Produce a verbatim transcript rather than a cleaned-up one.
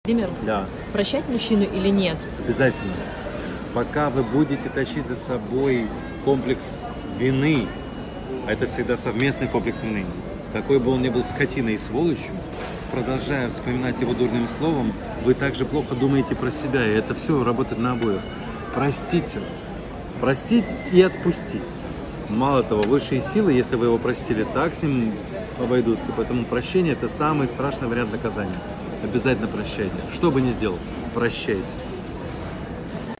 Владимир, Да, прощать мужчину или нет? обязательно. Пока вы будете тащить за собой комплекс вины, а это всегда совместный комплекс вины, какой бы он ни был скотиной и сволочью, продолжая вспоминать его дурным словом, вы также плохо думаете про себя, и это все работает на обоих. Простите. Простить и отпустить. Мало того, высшие силы, если вы его простили, так с ним обойдутся. Поэтому прощение – это самый страшный вариант наказания. Обязательно прощайте. Что бы ни сделал, прощайте.